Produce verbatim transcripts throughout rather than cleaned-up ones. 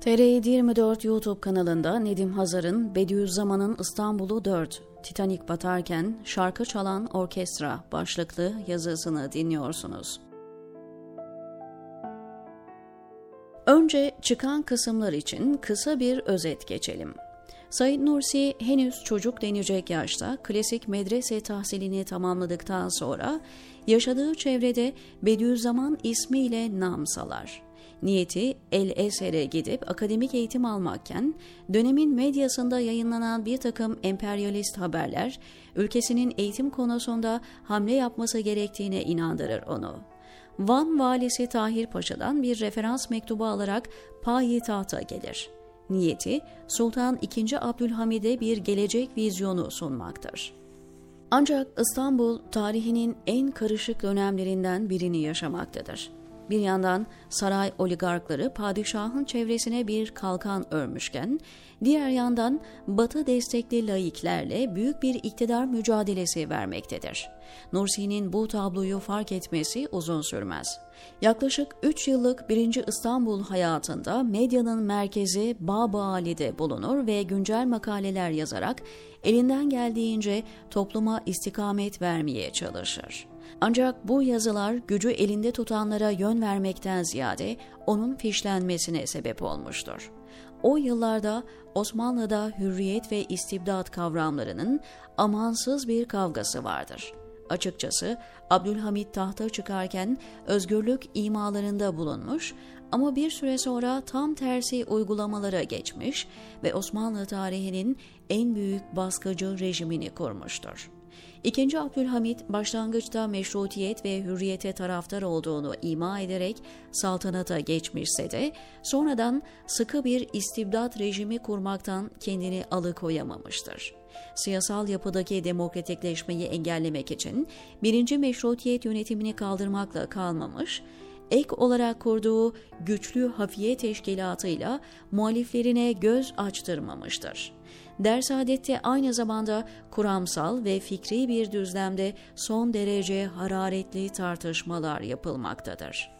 T R yirmi dört YouTube kanalında Nedim Hazar'ın Bediüzzaman'ın İstanbul'u dört, Titanik batarken şarkı çalan orkestra başlıklı yazısını dinliyorsunuz. Önce çıkan kısımlar için kısa bir özet geçelim. Said Nursi henüz çocuk denecek yaşta klasik medrese tahsilini tamamladıktan sonra yaşadığı çevrede Bediüzzaman ismiyle nam salar. Niyeti El-Ezher'e gidip akademik eğitim almakken dönemin medyasında yayınlanan bir takım emperyalist haberler ülkesinin eğitim konusunda hamle yapması gerektiğine inandırır onu. Van valisi Tahir Paşa'dan bir referans mektubu alarak payitahta gelir. Niyeti Sultan ikinci. Abdülhamid'e bir gelecek vizyonu sunmaktır. Ancak İstanbul tarihinin en karışık dönemlerinden birini yaşamaktadır. Bir yandan saray oligarkları padişahın çevresine bir kalkan örmüşken, diğer yandan Batı destekli laiklerle büyük bir iktidar mücadelesi vermektedir. Nursi'nin bu tabloyu fark etmesi uzun sürmez. Yaklaşık üç yıllık birinci. İstanbul hayatında medyanın merkezi Bab-ı Ali'de bulunur ve güncel makaleler yazarak elinden geldiğince topluma istikamet vermeye çalışır. Ancak bu yazılar gücü elinde tutanlara yön vermekten ziyade onun fişlenmesine sebep olmuştur. O yıllarda Osmanlı'da hürriyet ve istibdat kavramlarının amansız bir kavgası vardır. Açıkçası Abdülhamid tahta çıkarken özgürlük imalarında bulunmuş ama bir süre sonra tam tersi uygulamalara geçmiş ve Osmanlı tarihinin en büyük baskıcı rejimini kurmuştur. İkinci. Abdülhamid başlangıçta meşrutiyet ve hürriyete taraftar olduğunu ima ederek saltanata geçmişse de sonradan sıkı bir istibdat rejimi kurmaktan kendini alıkoyamamıştır. Siyasal yapıdaki demokratikleşmeyi engellemek için birinci meşrutiyet yönetimini kaldırmakla kalmamış, ek olarak kurduğu güçlü hafiye teşkilatıyla muhaliflerine göz açtırmamıştır. Dersaadet'te aynı zamanda kuramsal ve fikri bir düzlemde son derece hararetli tartışmalar yapılmaktadır.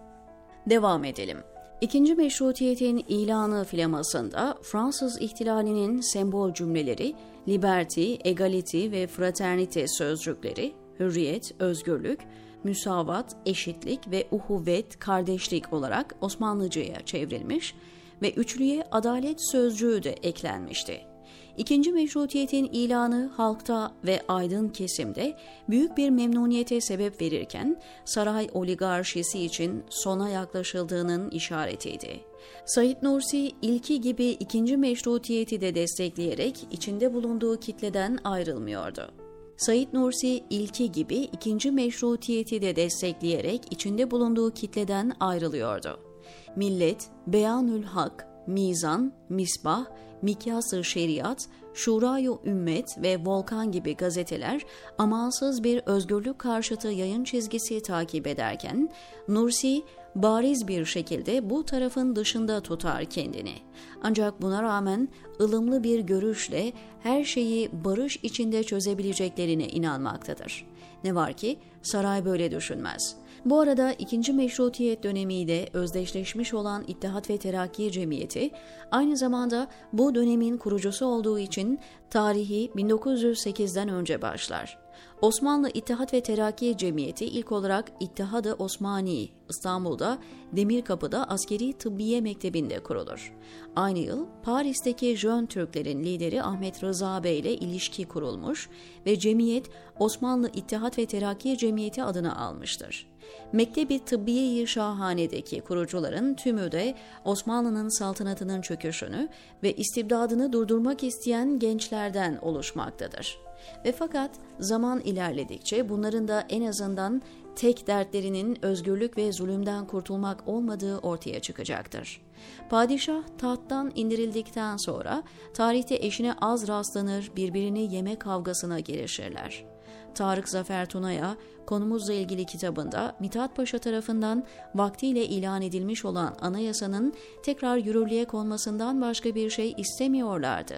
Devam edelim. İkinci Meşrutiyet'in ilanı flamasında Fransız ihtilalinin sembol cümleleri, liberty, egality ve fraternite sözcükleri, hürriyet, özgürlük, müsavat, eşitlik ve uhuvvet, kardeşlik olarak Osmanlıca'ya çevrilmiş ve üçlüye adalet sözcüğü de eklenmişti. İkinci Meşrutiyet'in ilanı halkta ve aydın kesimde büyük bir memnuniyete sebep verirken saray oligarşisi için sona yaklaşıldığının işaretiydi. Said Nursi ilki gibi ikinci Meşrutiyet'i de destekleyerek içinde bulunduğu kitleden ayrılmıyordu. Said Nursi ilki gibi ikinci Meşrutiyet'i de destekleyerek içinde bulunduğu kitleden ayrılıyordu. Millet, Beyanül Hak, Mizan, Misbah, Mikyas-ı Şeriat, Şura-ı Ümmet ve Volkan gibi gazeteler amansız bir özgürlük karşıtı yayın çizgisi takip ederken, Nursi bariz bir şekilde bu tarafın dışında tutar kendini. Ancak buna rağmen ılımlı bir görüşle her şeyi barış içinde çözebileceklerine inanmaktadır. Ne var ki saray böyle düşünmez. Bu arada ikinci Meşrutiyet dönemiyle özdeşleşmiş olan İttihat ve Terakki Cemiyeti, aynı zamanda bu dönemin kurucusu olduğu için tarihi bin dokuz yüz sekizden önce başlar. Osmanlı İttihat ve Terakki Cemiyeti ilk olarak İttihad-ı Osmani İstanbul'da Demirkapı'da Askeri Tıbbiye Mektebi'nde kurulur. Aynı yıl Paris'teki Jön Türklerin lideri Ahmet Rıza Bey ile ilişki kurulmuş ve cemiyet Osmanlı İttihat ve Terakki Cemiyeti adını almıştır. Mektebi Tıbbiye-i Şahane'deki kurucuların tümü de Osmanlı'nın saltanatının çöküşünü ve istibdadını durdurmak isteyen gençlerden oluşmaktadır. Ve fakat zaman ilerledikçe bunların da en azından tek dertlerinin özgürlük ve zulümden kurtulmak olmadığı ortaya çıkacaktır. Padişah tahttan indirildikten sonra tarihte eşine az rastlanır birbirini yeme kavgasına girişirler. Tarık Zafer Tuna'ya konumuzla ilgili kitabında Mithat Paşa tarafından vaktiyle ilan edilmiş olan anayasanın tekrar yürürlüğe konmasından başka bir şey istemiyorlardı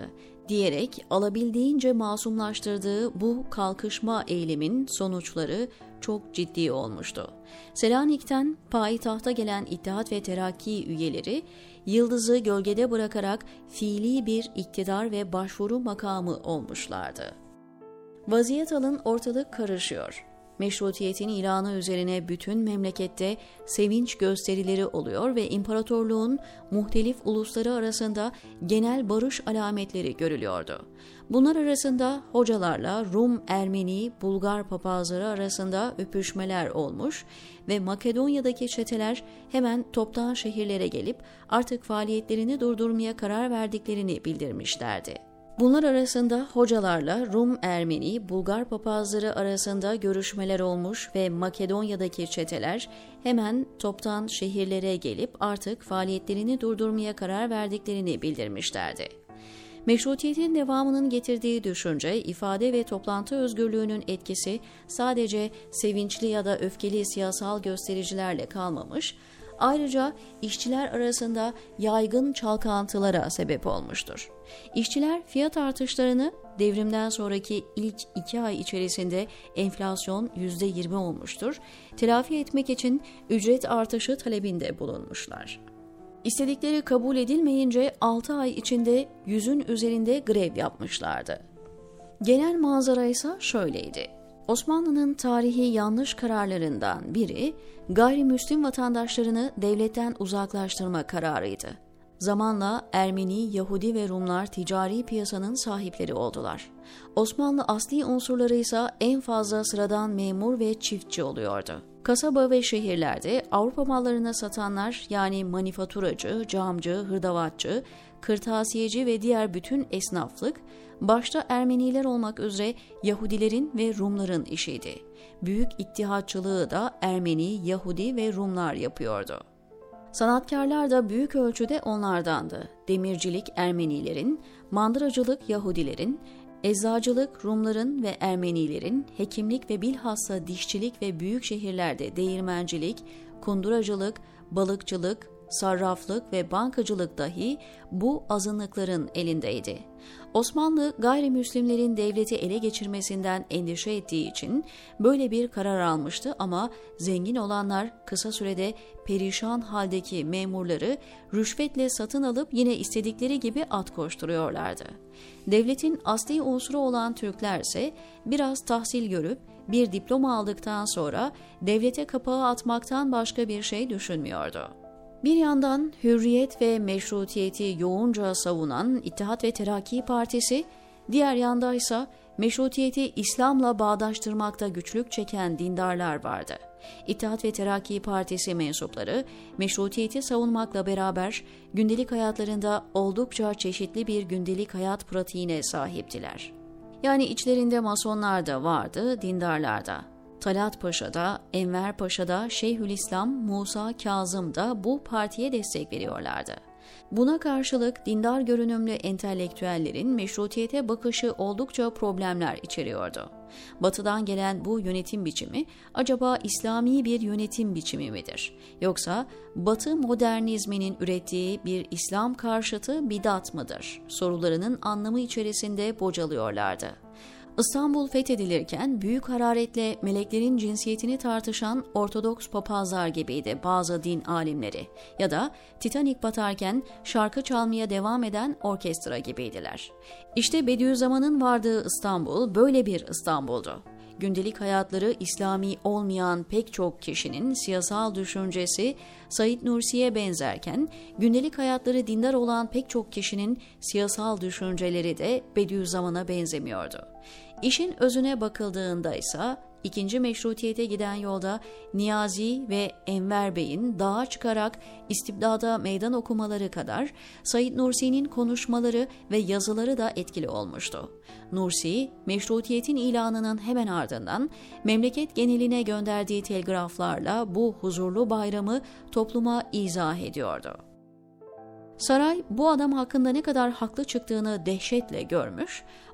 diyerek alabildiğince masumlaştırdığı bu kalkışma eylemin sonuçları çok ciddi olmuştu. Selanik'ten payitahta gelen İttihat ve Terakki üyeleri Yıldız'ı gölgede bırakarak fiili bir iktidar ve başvuru makamı olmuşlardı. Vaziyet alın ortalık karışıyor. Meşrutiyetin ilanı üzerine bütün memlekette sevinç gösterileri oluyor ve imparatorluğun muhtelif ulusları arasında genel barış alametleri görülüyordu. Bunlar arasında hocalarla Rum, Ermeni, Bulgar papazları arasında öpüşmeler olmuş ve Makedonya'daki çeteler hemen toptan şehirlere gelip artık faaliyetlerini durdurmaya karar verdiklerini bildirmişlerdi. Bunlar arasında hocalarla Rum, Ermeni, Bulgar papazları arasında görüşmeler olmuş ve Makedonya'daki çeteler hemen toptan şehirlere gelip artık faaliyetlerini durdurmaya karar verdiklerini bildirmişlerdi. Meşrutiyetin devamının getirdiği düşünce, ifade ve toplantı özgürlüğünün etkisi sadece sevinçli ya da öfkeli siyasal göstericilerle kalmamış, ayrıca işçiler arasında yaygın çalkantılara sebep olmuştur. İşçiler fiyat artışlarını devrimden sonraki ilk iki ay içerisinde enflasyon yüzde yirmi olmuştur, telafi etmek için ücret artışı talebinde bulunmuşlar. İstedikleri kabul edilmeyince altı ay içinde yüzün üzerinde grev yapmışlardı. Genel manzara ise şöyleydi. Osmanlı'nın tarihi yanlış kararlarından biri, gayrimüslim vatandaşlarını devletten uzaklaştırma kararıydı. Zamanla Ermeni, Yahudi ve Rumlar ticari piyasanın sahipleri oldular. Osmanlı asli unsurları ise en fazla sıradan memur ve çiftçi oluyordu. Kasaba ve şehirlerde Avrupa mallarını satanlar, yani manifaturacı, camcı, hırdavatçı, kırtasiyeci ve diğer bütün esnaflık, başta Ermeniler olmak üzere Yahudilerin ve Rumların işiydi. Büyük ittihatçılığı da Ermeni, Yahudi ve Rumlar yapıyordu. Sanatkarlar da büyük ölçüde onlardandı. Demircilik Ermenilerin, mandıracılık Yahudilerin, eczacılık Rumların ve Ermenilerin, hekimlik ve bilhassa dişçilik ve büyük şehirlerde değirmencilik, kunduracılık, balıkçılık, sarraflık ve bankacılık dahi bu azınlıkların elindeydi. Osmanlı gayrimüslimlerin devleti ele geçirmesinden endişe ettiği için böyle bir karar almıştı ama zengin olanlar kısa sürede perişan haldeki memurları rüşvetle satın alıp yine istedikleri gibi at koşturuyorlardı. Devletin asli unsuru olan Türkler ise biraz tahsil görüp bir diploma aldıktan sonra devlete kapağı atmaktan başka bir şey düşünmüyordu. Bir yandan hürriyet ve meşrutiyeti yoğunca savunan İttihat ve Terakki Partisi, diğer yanda ise meşrutiyeti İslam'la bağdaştırmakta güçlük çeken dindarlar vardı. İttihat ve Terakki Partisi mensupları meşrutiyeti savunmakla beraber gündelik hayatlarında oldukça çeşitli bir gündelik hayat pratiğine sahiptiler. Yani içlerinde masonlar da vardı, dindarlar da. Talat Paşa'da, Enver Paşa'da, Şeyhülislam Musa Kazım da bu partiye destek veriyorlardı. Buna karşılık dindar görünümlü entelektüellerin meşrutiyete bakışı oldukça problemler içeriyordu. Batı'dan gelen bu yönetim biçimi acaba İslami bir yönetim biçimi midir? Yoksa Batı modernizminin ürettiği bir İslam karşıtı bidat mıdır? Sorularının anlamı içerisinde bocalıyorlardı. İstanbul fethedilirken büyük hararetle meleklerin cinsiyetini tartışan Ortodoks papazlar gibiydi bazı din alimleri ya da Titanic batarken şarkı çalmaya devam eden orkestra gibiydiler. İşte Bediüzzaman'ın vardığı İstanbul böyle bir İstanbul'du. Gündelik hayatları İslami olmayan pek çok kişinin siyasal düşüncesi Said Nursi'ye benzerken, gündelik hayatları dindar olan pek çok kişinin siyasal düşünceleri de Bediüzzaman'a benzemiyordu. İşin özüne bakıldığında ise ikinci meşrutiyete giden yolda Niyazi ve Enver Bey'in dağa çıkarak istibdada meydan okumaları kadar Said Nursi'nin konuşmaları ve yazıları da etkili olmuştu. Nursi, meşrutiyetin ilanının hemen ardından memleket geneline gönderdiği telgraflarla bu huzurlu bayramı topluma izah ediyordu. Saray bu adam hakkında ne kadar haklı çıktığını dehşetle görmüş,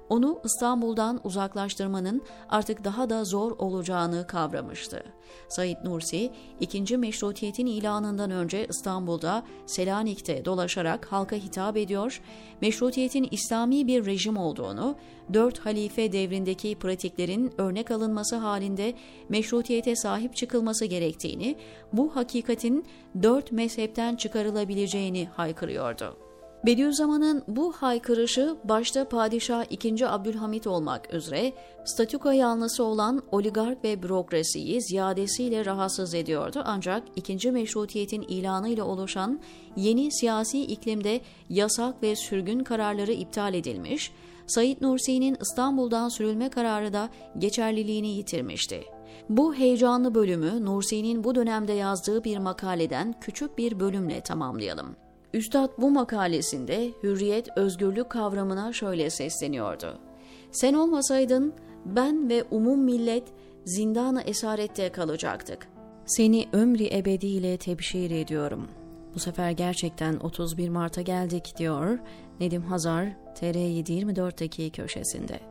onu İstanbul'dan uzaklaştırmanın artık daha da zor olacağını kavramıştı. Said Nursi, ikinci Meşrutiyet'in ilanından önce İstanbul'da, Selanik'te dolaşarak halka hitap ediyor, Meşrutiyet'in İslami bir rejim olduğunu, dört halife devrindeki pratiklerin örnek alınması halinde Meşrutiyet'e sahip çıkılması gerektiğini, bu hakikatin dört mezhepten çıkarılabileceğini haykırıyordu. Bediüzzaman'ın bu haykırışı başta Padişah ikinci. Abdülhamit olmak üzere statüko yanlısı olan oligark ve bürokrasiyi ziyadesiyle rahatsız ediyordu, ancak ikinci. Meşrutiyet'in ilanıyla oluşan yeni siyasi iklimde yasak ve sürgün kararları iptal edilmiş, Said Nursi'nin İstanbul'dan sürülme kararı da geçerliliğini yitirmişti. Bu heyecanlı bölümü Nursi'nin bu dönemde yazdığı bir makaleden küçük bir bölümle tamamlayalım. Üstad bu makalesinde hürriyet, özgürlük kavramına şöyle sesleniyordu. Sen olmasaydın ben ve umum millet zindan-ı esarette kalacaktık. Seni ömrü ebediyle tebşir ediyorum. Bu sefer gerçekten otuz bir Mart'a geldik diyor Nedim Hazar T R yedi yirmi dört'teki köşesinde.